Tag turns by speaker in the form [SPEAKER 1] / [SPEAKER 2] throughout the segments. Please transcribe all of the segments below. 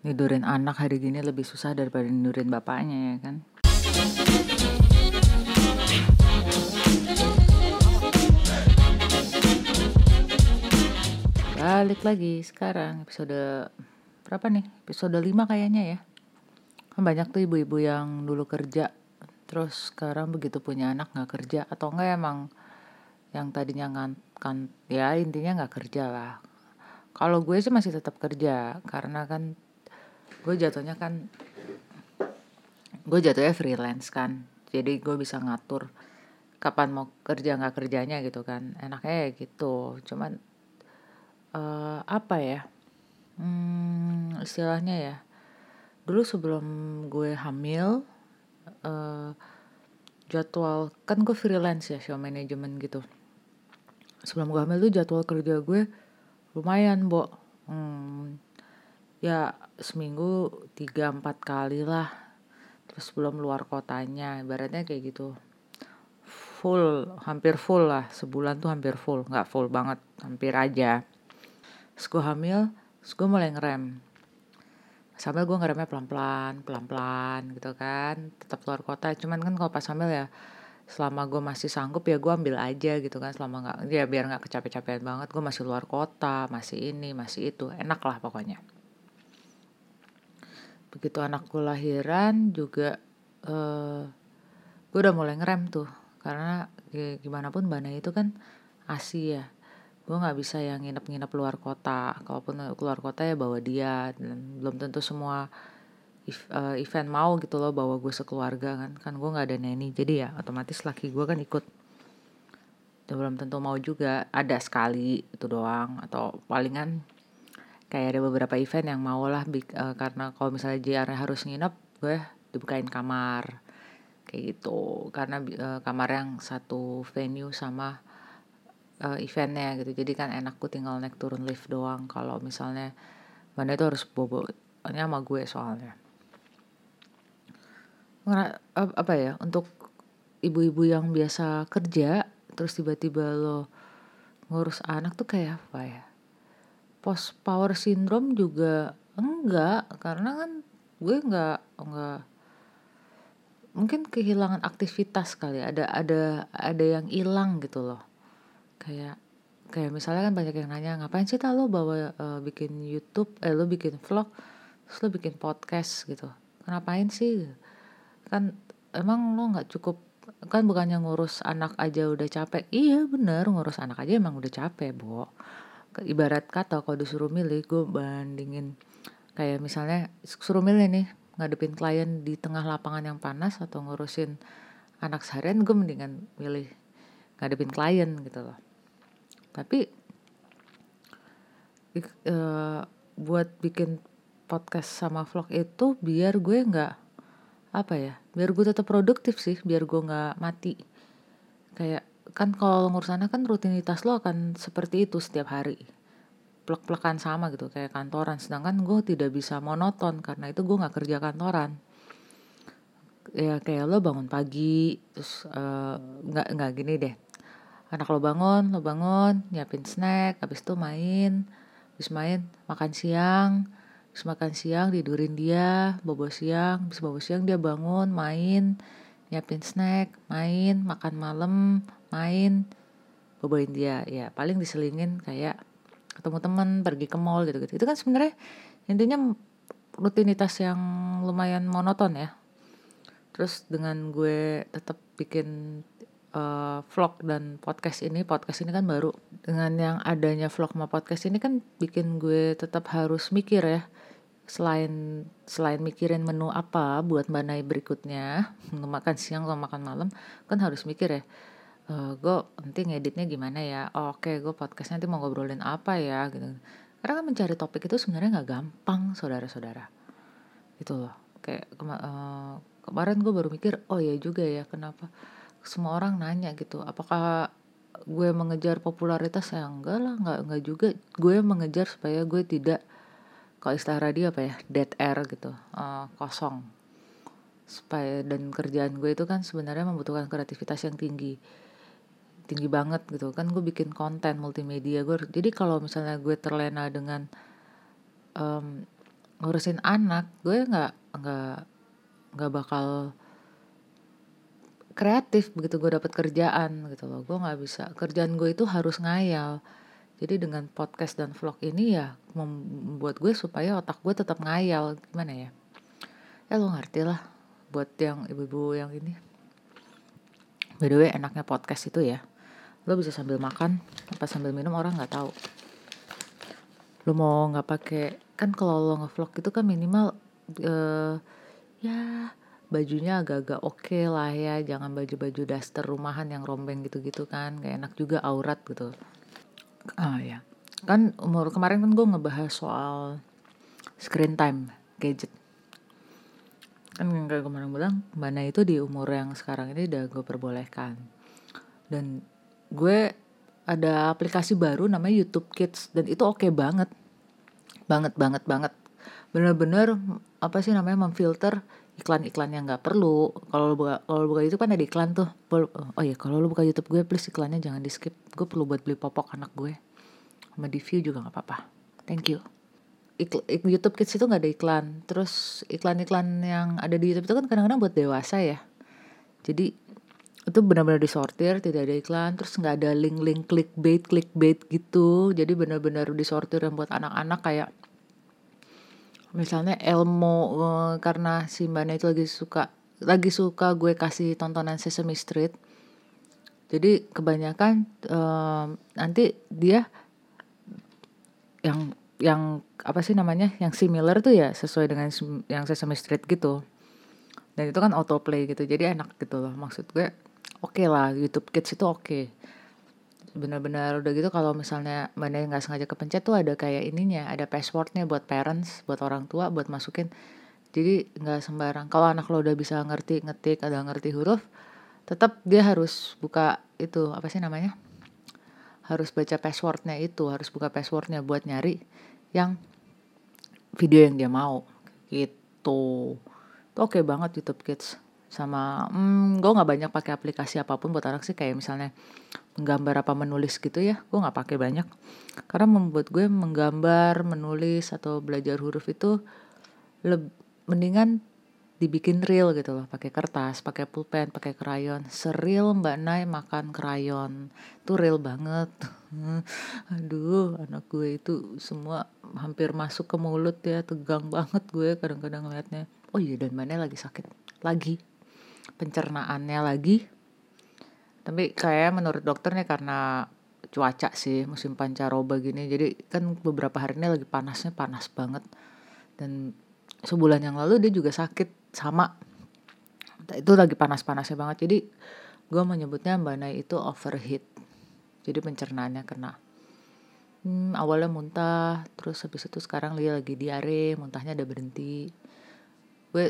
[SPEAKER 1] Nidurin anak hari gini lebih susah daripada nidurin bapaknya ya kan. Balik lagi sekarang episode berapa nih? Episode 5 kayaknya ya. Kan banyak tuh ibu-ibu yang dulu kerja terus sekarang begitu punya anak gak kerja. Atau enggak emang yang tadinya ya intinya gak kerja lah. Kalau gue sih masih tetap kerja karena kan gue jatuhnya freelance kan. Jadi gue bisa ngatur kapan mau kerja gak kerjanya gitu kan. Enaknya ya gitu. Cuman apa ya? Istilahnya ya. Dulu sebelum gue hamil jadwal kan gue freelance ya, show management gitu. Sebelum gue hamil tuh jadwal kerja gue lumayan, Bo. Ya seminggu 3-4 kali lah. Terus belum luar kotanya, ibaratnya kayak gitu. Hampir full lah, sebulan tuh hampir full, gak full banget, hampir aja. Terus gue hamil, terus gue mulai ngerem. Sambil gue ngeremnya pelan-pelan gitu kan, tetap keluar kota. Cuman kan kalau pas hamil ya, selama gue masih sanggup ya gue ambil aja gitu kan. Selama gak, ya biar gak kecapek-capekan banget, gue masih luar kota, masih ini, masih itu. Enak lah pokoknya. Begitu anak gue lahiran juga gue udah mulai ngerem tuh. Karena ya, gimana pun Bana itu kan ASI ya. Gue gak bisa yang nginep-nginep luar kota. Kalaupun keluar kota ya bawa dia. Dan belum tentu semua event mau gitu loh bawa gue sekeluarga kan gue gak ada nanny, jadi ya otomatis laki gue kan ikut. Dan belum tentu mau juga, ada sekali itu doang, atau palingan kayak ada beberapa event yang mau lah karena kalau misalnya JR harus nginep, gue dibukain kamar kayak gitu, karena kamar yang satu venue sama eventnya gitu. Jadi kan enak, gue tinggal naik turun lift doang. Kalau misalnya Banda itu harus bobonya sama gue soalnya. Apa ya, untuk ibu-ibu yang biasa kerja terus tiba-tiba lo ngurus anak tuh kayak apa ya, post power syndrome juga enggak, karena kan gue enggak mungkin kehilangan aktivitas kali, ada yang hilang gitu loh. Kayak misalnya kan banyak yang nanya, ngapain sih lo bawa bikin YouTube, lo bikin vlog, terus lo bikin podcast gitu, ngapain sih? Kan emang lo gak cukup, kan bukannya ngurus anak aja udah capek. Iya bener, ngurus anak aja emang udah capek, Bo. Ibarat kata kalau disuruh milih, gue bandingin kayak misalnya suruh milih nih, ngadepin klien di tengah lapangan yang panas atau ngurusin anak seharian, gue mendingan milih ngadepin klien gitu loh. Tapi buat bikin podcast sama vlog itu biar gue gak biar gue tetap produktif sih, biar gue gak mati. Kayak kan kalau ngurus anak kan rutinitas lo akan seperti itu setiap hari, plek-plekan sama gitu kayak kantoran. Sedangkan gue tidak bisa monoton karena itu gue gak kerja kantoran. Ya kayak lo bangun pagi terus gak gini deh, anak lo bangun nyiapin snack, habis itu main makan siang, terus makan siang tidurin dia, bobo siang dia bangun main, nyiapin snack, main, makan malam, main, boboin dia. Ya paling diselingin kayak ketemu teman, pergi ke mall gitu-gitu. Itu kan sebenarnya intinya rutinitas yang lumayan monoton ya. Terus dengan gue tetap bikin vlog dan podcast ini kan baru. Dengan yang adanya vlog sama podcast ini kan bikin gue tetap harus mikir ya. Selain mikirin menu apa buat Banai berikutnya, makan siang atau makan malam, kan harus mikir ya, gue nanti ngeditnya gimana ya, oke gue podcastnya nanti mau ngobrolin apa ya gitu. Karena kan mencari topik itu sebenarnya gak gampang, saudara-saudara gitu loh. Kayak kemarin gue baru mikir, oh ya juga ya, kenapa semua orang nanya gitu, apakah gue mengejar popularitas? Ya enggak lah, enggak juga. Gue mengejar supaya gue tidak, kalau istilah radio apa ya, dead air gitu, kosong. Supaya, dan kerjaan gue itu kan sebenarnya membutuhkan kreativitas yang tinggi banget gitu kan. Gue bikin konten multimedia gue, jadi kalau misalnya gue terlena dengan ngurusin anak, gue nggak bakal kreatif begitu gue dapet kerjaan gitu loh. Gue nggak bisa, kerjaan gue itu harus ngayal. Jadi dengan podcast dan vlog ini ya membuat gue supaya otak gue tetap ngayal. Gimana ya, ya lo ngerti lah buat yang ibu-ibu yang ini. By the way, enaknya podcast itu ya, lo bisa sambil makan apa sambil minum, orang nggak tahu. Lo mau nggak pakai, kan kalau lo ngevlog itu kan minimal ya bajunya agak-agak oke lah ya, jangan baju-baju daster rumahan yang rombeng gitu-gitu kan, gak enak juga aurat gitu. Ya kan umur kemarin kan gue ngebahas soal screen time gadget, kan kayak kemarin bilang mana itu di umur yang sekarang ini udah gue perbolehkan. Dan gue ada aplikasi baru namanya YouTube Kids, dan itu oke banget banget, bener-bener apa sih namanya, memfilter iklan-iklan yang nggak perlu. Kalau buka YouTube kan ada iklan tuh. Oh iya, kalau lu buka YouTube gue please iklannya jangan di skip, gue perlu buat beli popok anak gue, sama di view juga nggak apa-apa, thank you. YouTube Kids itu nggak ada iklan. Terus iklan-iklan yang ada di YouTube itu kan kadang-kadang buat dewasa ya, jadi itu benar-benar disortir, tidak ada iklan, terus nggak ada link-link clickbait gitu. Jadi benar-benar disortir yang buat anak-anak, kayak misalnya Elmo, karena si Mbaknya itu lagi suka gue kasih tontonan Sesame Street. Jadi kebanyakan nanti dia yang apa sih namanya, yang similar tuh ya sesuai dengan yang Sesame Street gitu. Dan itu kan autoplay gitu, jadi enak gitu loh. Maksud gue oke lah, YouTube Kids itu oke. Benar-benar udah gitu, kalau misalnya mana nggak sengaja kepencet tuh ada kayak ininya, ada passwordnya buat parents, buat orang tua, buat masukin. Jadi nggak sembarang. Kalau anak lo udah bisa ngerti ngetik, ada ngerti huruf, tetap dia harus buka itu apa sih namanya, harus baca passwordnya itu, harus buka passwordnya buat nyari yang video yang dia mau gitu. Itu oke banget YouTube Kids. Sama gue nggak banyak pakai aplikasi apapun buat anak sih, kayak misalnya menggambar apa menulis gitu ya, gue nggak pakai banyak karena membuat gue menggambar, menulis atau belajar huruf itu mendingan dibikin real gitu loh, pakai kertas, pakai pulpen, pakai krayon. Seril Mbak Nay makan krayon, itu real banget. Aduh, anak gue itu semua hampir masuk ke mulut ya, tegang banget gue kadang-kadang ngeliatnya. Oh iya, dan Mbak Nay lagi sakit lagi, pencernaannya lagi. Tapi kayak menurut dokternya karena cuaca sih, musim pancaroba gini, jadi kan beberapa hari ini lagi panas banget. Dan sebulan yang lalu dia juga sakit sama, itu lagi panas-panasnya banget. Jadi gue menyebutnya Mbak Nay itu overheat, jadi pencernaannya kena. Awalnya muntah, terus habis itu sekarang dia lagi diare, muntahnya udah berhenti. Gue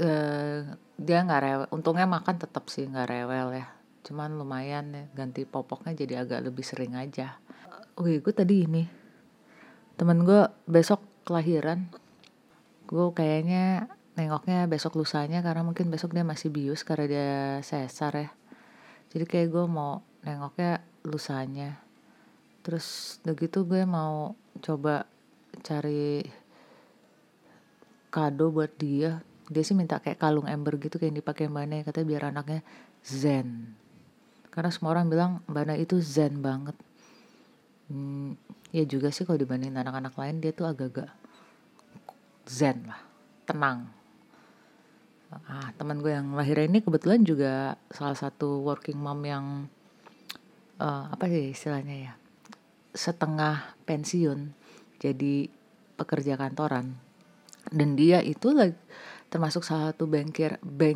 [SPEAKER 1] dia nggak rewel, untungnya makan tetap sih nggak rewel ya, cuman lumayan ya, ganti popoknya jadi agak lebih sering aja. Oke, gue tadi ini temen gue besok kelahiran, gue kayaknya nengoknya besok lusanya karena mungkin besok dia masih bius karena dia sesar ya. Jadi kayak gue mau nengoknya lusanya. Terus udah gitu gue mau coba cari kado buat dia. Dia sih minta kayak kalung ember gitu kayak yang dipakai Mbak Nay, katanya biar anaknya zen. Karena semua orang bilang Mbak Nay itu zen banget. Ya juga sih, kalau dibandingin anak-anak lain dia tuh agak-agak zen lah, tenang. Teman gue yang lahir ini kebetulan juga salah satu working mom yang apa sih istilahnya ya, setengah pensiun jadi pekerja kantoran. Dan dia itu termasuk salah satu bangkir.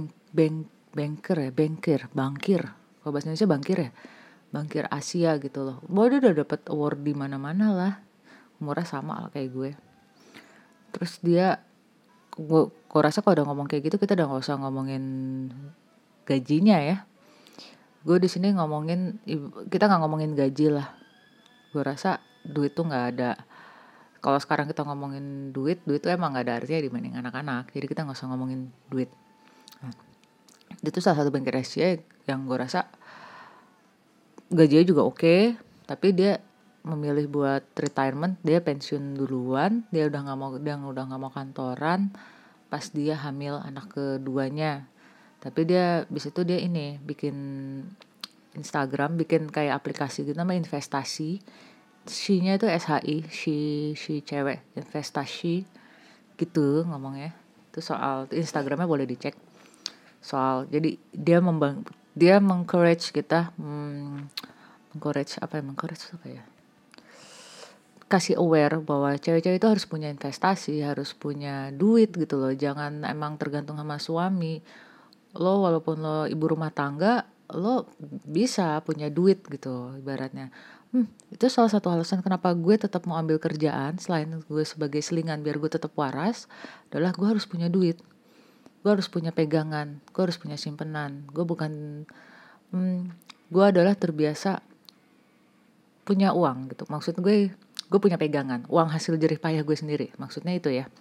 [SPEAKER 1] Kalau bahasa Indonesia bangkir ya, bangkir Asia gitu loh. Dia udah dapet award di mana-mana lah. Umurnya sama lah kayak gue. Terus dia, gue rasa kalau udah ngomong kayak gitu kita udah nggak usah ngomongin gajinya ya. Gue di sini ngomongin, kita nggak ngomongin gaji lah. Gue rasa duit tuh nggak ada. Kalau sekarang kita ngomongin duit tuh emang gak ada artinya dibanding anak-anak. Jadi kita gak usah ngomongin duit. Itu salah satu bank Asia yang gue rasa gajinya juga oke, tapi dia memilih buat retirement, dia pensiun duluan, dia udah nggak mau kantoran pas dia hamil anak keduanya. Tapi dia bis itu dia ini bikin Instagram, bikin kayak aplikasi gitu namanya investasi. She-nya itu SHI, she cewek, investasi gitu ngomongnya. Itu soal Instagramnya boleh dicek. Soal jadi dia mengencourage kita, encourage apa ya? Kasih aware bahwa cewek-cewek itu harus punya investasi, harus punya duit gitu loh. Jangan emang tergantung sama suami. Lo walaupun lo ibu rumah tangga, lo bisa punya duit gitu ibaratnya. Itu salah satu alasan kenapa gue tetap mau ambil kerjaan selain gue sebagai selingan biar gue tetap waras, adalah gue harus punya duit. Gue harus punya pegangan, gue harus punya simpenan. Gue adalah terbiasa punya uang gitu. Maksud gue punya pegangan, uang hasil jerih payah gue sendiri. Maksudnya itu ya.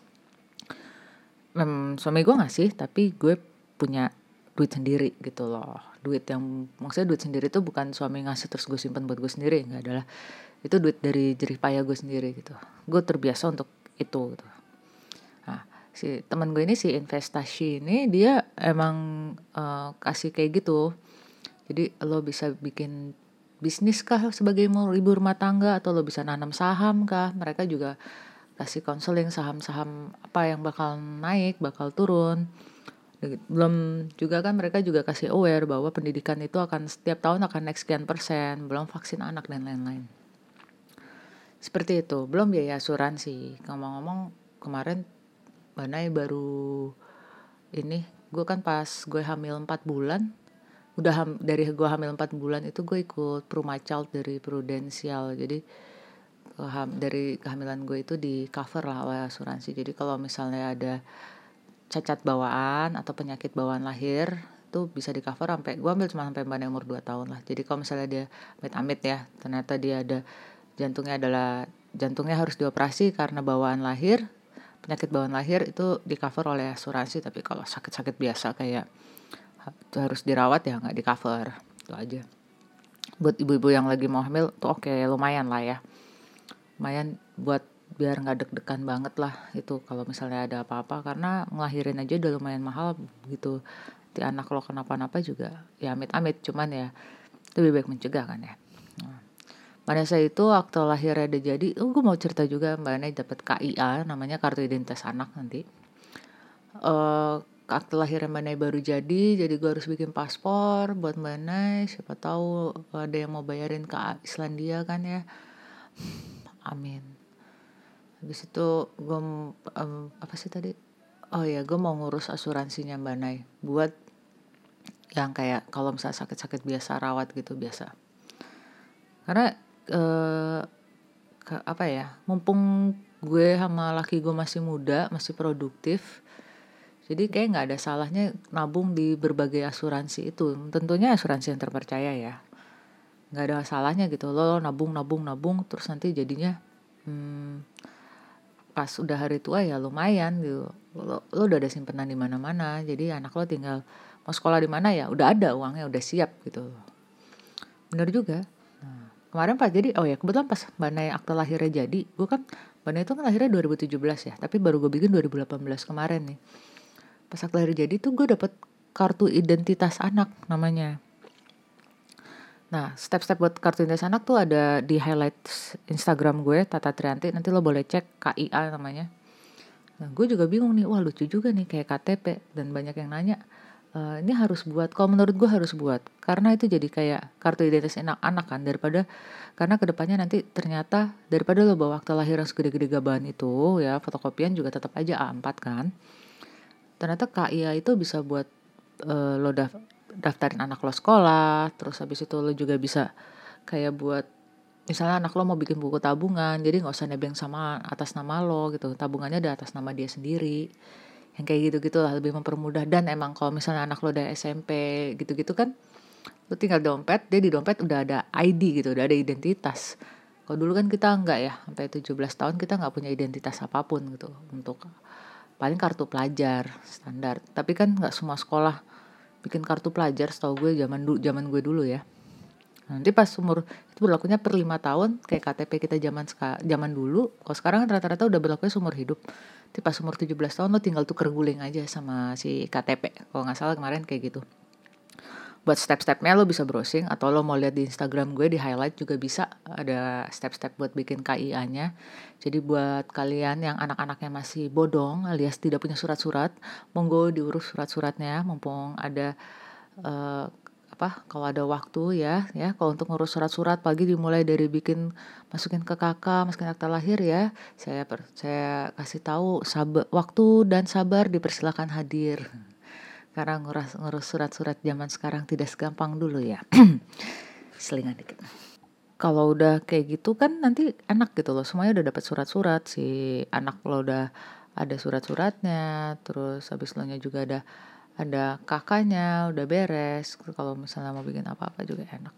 [SPEAKER 1] Suami gue ngasih, tapi gue punya duit sendiri gitu loh. Maksudnya duit sendiri tuh bukan suami ngasih terus gue simpan buat gue sendiri, enggak, adalah itu duit dari jerih payah gue sendiri gitu. Gue terbiasa untuk itu gitu. Nah, si teman gue ini, si investasi ini, dia emang kasih kayak gitu. Jadi lo bisa bikin bisnis kah sebagai ibu rumah tangga, atau lo bisa nanam saham kah. Mereka juga kasih konseling saham-saham apa yang bakal naik, bakal turun. Belum juga kan mereka juga kasih aware bahwa pendidikan itu akan setiap tahun akan naik sekian persen, belum vaksin anak dan lain-lain. Seperti itu. Belum biaya asuransi. Ngomong-ngomong, kemarin Banai baru ini, gue kan pas gue hamil 4 bulan, dari gue hamil 4 bulan itu gue ikut PruMaChild dari Prudential. Jadi dari kehamilan gue itu di cover lah oleh asuransi. Jadi kalau misalnya ada cacat bawaan atau penyakit bawaan lahir, itu bisa di cover sampai, gue ambil cuma sampai Banai umur 2 tahun lah. Jadi kalau misalnya dia amit-amit ya, ternyata dia ada jantungnya harus dioperasi karena bawaan lahir, penyakit bawaan lahir, itu di cover oleh asuransi. Tapi kalau sakit-sakit biasa kayak harus dirawat ya nggak di cover. Itu aja. Buat ibu-ibu yang lagi mau hamil tuh oke, lumayan lah ya. Lumayan buat biar nggak deg-degan banget lah itu kalau misalnya ada apa-apa, karena ngelahirin aja udah lumayan mahal gitu. Di anak lo kenapa-napa juga ya amit-amit, cuman ya lebih baik mencegah kan ya. Pada saat itu akte lahirnya udah jadi, gue mau cerita juga Mbak Nay dapat KIA, namanya kartu identitas anak nanti. Akte lahirnya Mbak Nay baru jadi gue harus bikin paspor buat Mbak Nay, siapa tahu ada yang mau bayarin ke Islandia kan ya. Amin. Habis itu gue apa sih tadi? Oh ya, gue mau ngurus asuransinya Mbak Nay buat yang kayak kalau misalnya sakit-sakit biasa, rawat gitu biasa. Karena apa ya, mumpung gue sama laki gue masih muda, masih produktif, jadi kayak nggak ada salahnya nabung di berbagai asuransi itu. Tentunya asuransi yang terpercaya ya, nggak ada salahnya gitu lo nabung terus nanti jadinya pas udah hari tua ya lumayan gitu. Lo udah ada simpenan di mana-mana, jadi anak lo tinggal mau sekolah di mana ya udah ada uangnya, udah siap gitu. Bener juga. Nah, kemarin pas jadi, oh ya kebetulan pas Mbak Nay akte lahirnya jadi, gue kan Mbak Nay itu kan lahirnya 2017 ya, tapi baru gue bikin 2018 kemarin nih. Pas akte lahir jadi tuh gue dapet kartu identitas anak namanya. Nah, step-step buat kartu identitas anak tuh ada di highlight Instagram gue, Tata Trianti. Nanti lo boleh cek, KIA namanya. Nah, gue juga bingung nih, wah lucu juga nih kayak KTP. Dan banyak yang nanya, ini harus buat, kalau menurut gue harus buat. Karena itu jadi kayak kartu identitas anak kan, karena kedepannya nanti ternyata daripada lo bawa akte lahir yang segede-gede gaban itu ya, fotokopian juga tetap aja A4 kan. Ternyata KIA itu bisa buat lo daftarin anak lo sekolah, terus habis itu lo juga bisa kayak buat misalnya anak lo mau bikin buku tabungan, jadi nggak usah nebeng sama atas nama lo gitu, tabungannya ada atas nama dia sendiri, yang kayak gitu-gitu lah, lebih mempermudah. Dan emang kalau misalnya anak lo udah SMP gitu-gitu kan, lo tinggal dompet, dia di dompet udah ada ID gitu, udah ada identitas. Kalau dulu kan kita nggak ya, sampai 17 tahun kita nggak punya identitas apapun gitu, untuk paling kartu pelajar standar. Tapi kan nggak semua sekolah bikin kartu pelajar, setahu gue zaman gue dulu ya. Nanti pas umur itu berlakunya per 5 tahun kayak KTP kita zaman dulu. Kalau sekarang kan rata-rata udah berlakunya seumur hidup. Nanti pas umur 17 tahun lo tinggal tuker guling aja sama si KTP. Kalau nggak salah kemarin kayak gitu. Buat step-stepnya lo bisa browsing, atau lo mau lihat di Instagram gue di highlight juga bisa, ada step-step buat bikin KIA-nya. Jadi buat kalian yang anak-anaknya masih bodong alias tidak punya surat-surat, monggo diurus surat-suratnya mumpung ada kalau ada waktu ya kalau untuk ngurus surat-surat pagi dimulai dari masukin ke kakak, masukin akta lahir ya. Saya kasih tahu waktu dan sabar dipersilakan hadir. Karena ngurus surat-surat zaman sekarang tidak segampang dulu ya. Selingan dikit. Kalau udah kayak gitu kan nanti enak gitu loh, semuanya udah dapat surat-surat, si anak lo udah ada surat-suratnya, terus habis lo nya juga ada kakaknya, udah beres. Kalau misalnya mau bikin apa-apa juga enak.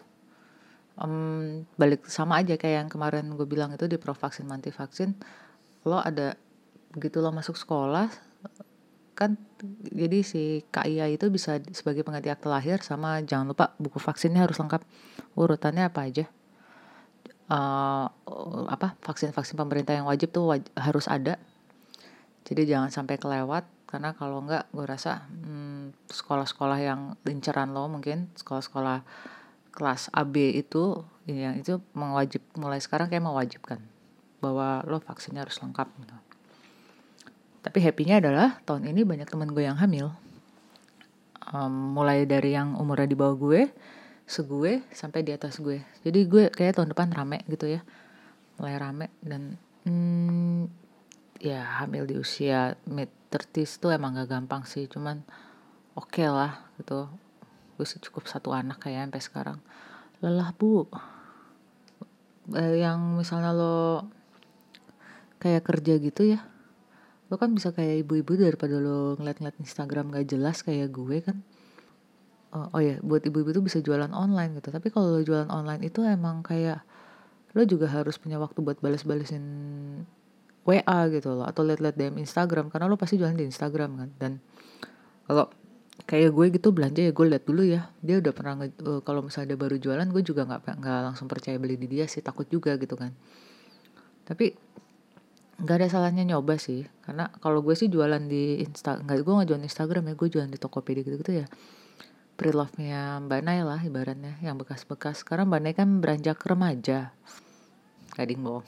[SPEAKER 1] Balik sama aja kayak yang kemarin gue bilang itu di Provaksin Mantivaksin, lo ada begitu lo masuk sekolah kan, jadi si KIA itu bisa sebagai pengganti akte lahir, sama jangan lupa buku vaksinnya harus lengkap. Urutannya apa aja? Vaksin-vaksin pemerintah yang wajib tuh harus ada. Jadi jangan sampai kelewat, karena kalau enggak gue rasa sekolah-sekolah yang inceran lo, mungkin sekolah-sekolah kelas AB itu yang itu mulai sekarang kayak mewajibkan bahwa lo vaksinnya harus lengkap gitu. Tapi happy-nya adalah tahun ini banyak teman gue yang hamil. Mulai dari yang umurnya di bawah gue, segue, sampai di atas gue. Jadi gue kayak tahun depan rame gitu ya. Mulai rame dan ya hamil di usia mid-30s tuh emang gak gampang sih. Cuman oke lah gitu. Gue sih cukup 1 anak kayak sampai sekarang. Lelah bu. Yang misalnya lo kayak kerja gitu ya, lo kan bisa kayak ibu-ibu daripada lo ngeliat-ngeliat Instagram gak jelas kayak gue kan. Oh ya, buat ibu-ibu tuh bisa jualan online gitu. Tapi kalau lo jualan online itu emang kayak lo juga harus punya waktu buat bales-balesin WA gitu loh, atau liat-liat DM Instagram, karena lo pasti jualan di Instagram kan. Dan kalau kayak gue gitu belanja ya gue liat dulu ya, dia udah pernah kalau misalnya dia baru jualan, gue juga nggak langsung percaya beli di dia sih, takut juga gitu kan. Tapi nggak ada salahnya nyoba sih, karena kalau gue sih jualan di gue nggak jualan Instagram ya, gue jualan di Tokopedia gitu-gitu ya. Pre-love-nya Mbak Nay lah ibaratnya, yang bekas-bekas. Karena Mbak Nay kan beranjak remaja, gading bohong.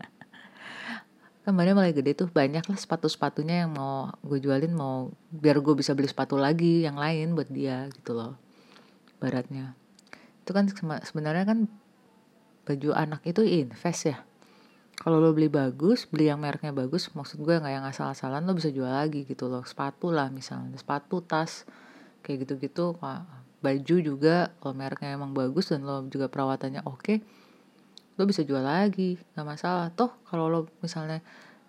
[SPEAKER 1] Kan Mbak Nay mulai gede tuh, banyak lah sepatu-sepatunya yang mau gue jualin, mau biar gue bisa beli sepatu lagi yang lain buat dia gitu loh, baratnya. Itu kan sebenarnya kan baju anak itu invest ya. Kalau lo beli bagus, beli yang mereknya bagus, maksud gue gak yang asal-asalan, lo bisa jual lagi gitu loh. Sepatu lah misalnya, sepatu, tas, kayak gitu-gitu. Baju juga kalau mereknya emang bagus dan lo juga perawatannya oke, lo bisa jual lagi, gak masalah. Toh kalau lo misalnya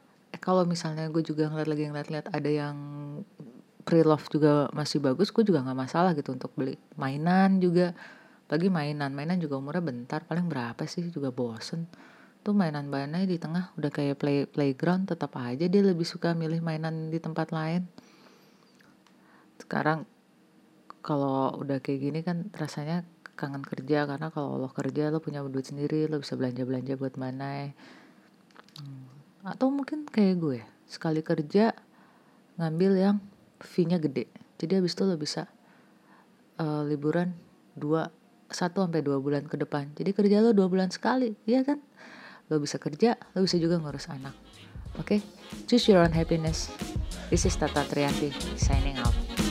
[SPEAKER 1] gue juga ngeliat ada yang pre-love juga masih bagus, gue juga gak masalah gitu untuk beli. Mainan juga, bagi mainan juga umurnya bentar, paling berapa sih, juga bosen. Tuh mainan Banai di tengah udah kayak playground, tetap aja dia lebih suka milih mainan di tempat lain. Sekarang kalau udah kayak gini kan rasanya kangen kerja, karena kalau lo kerja lo punya duit sendiri, lo bisa belanja-belanja buat Banai. Atau mungkin kayak gue, sekali kerja ngambil yang fee-nya gede, jadi habis itu lo bisa liburan 1-2 bulan ke depan. Jadi kerja lo 2 bulan sekali, iya kan? Lo bisa kerja, lo bisa juga ngurus anak. Oke? Choose your own happiness. This is Tata Trianti, signing out.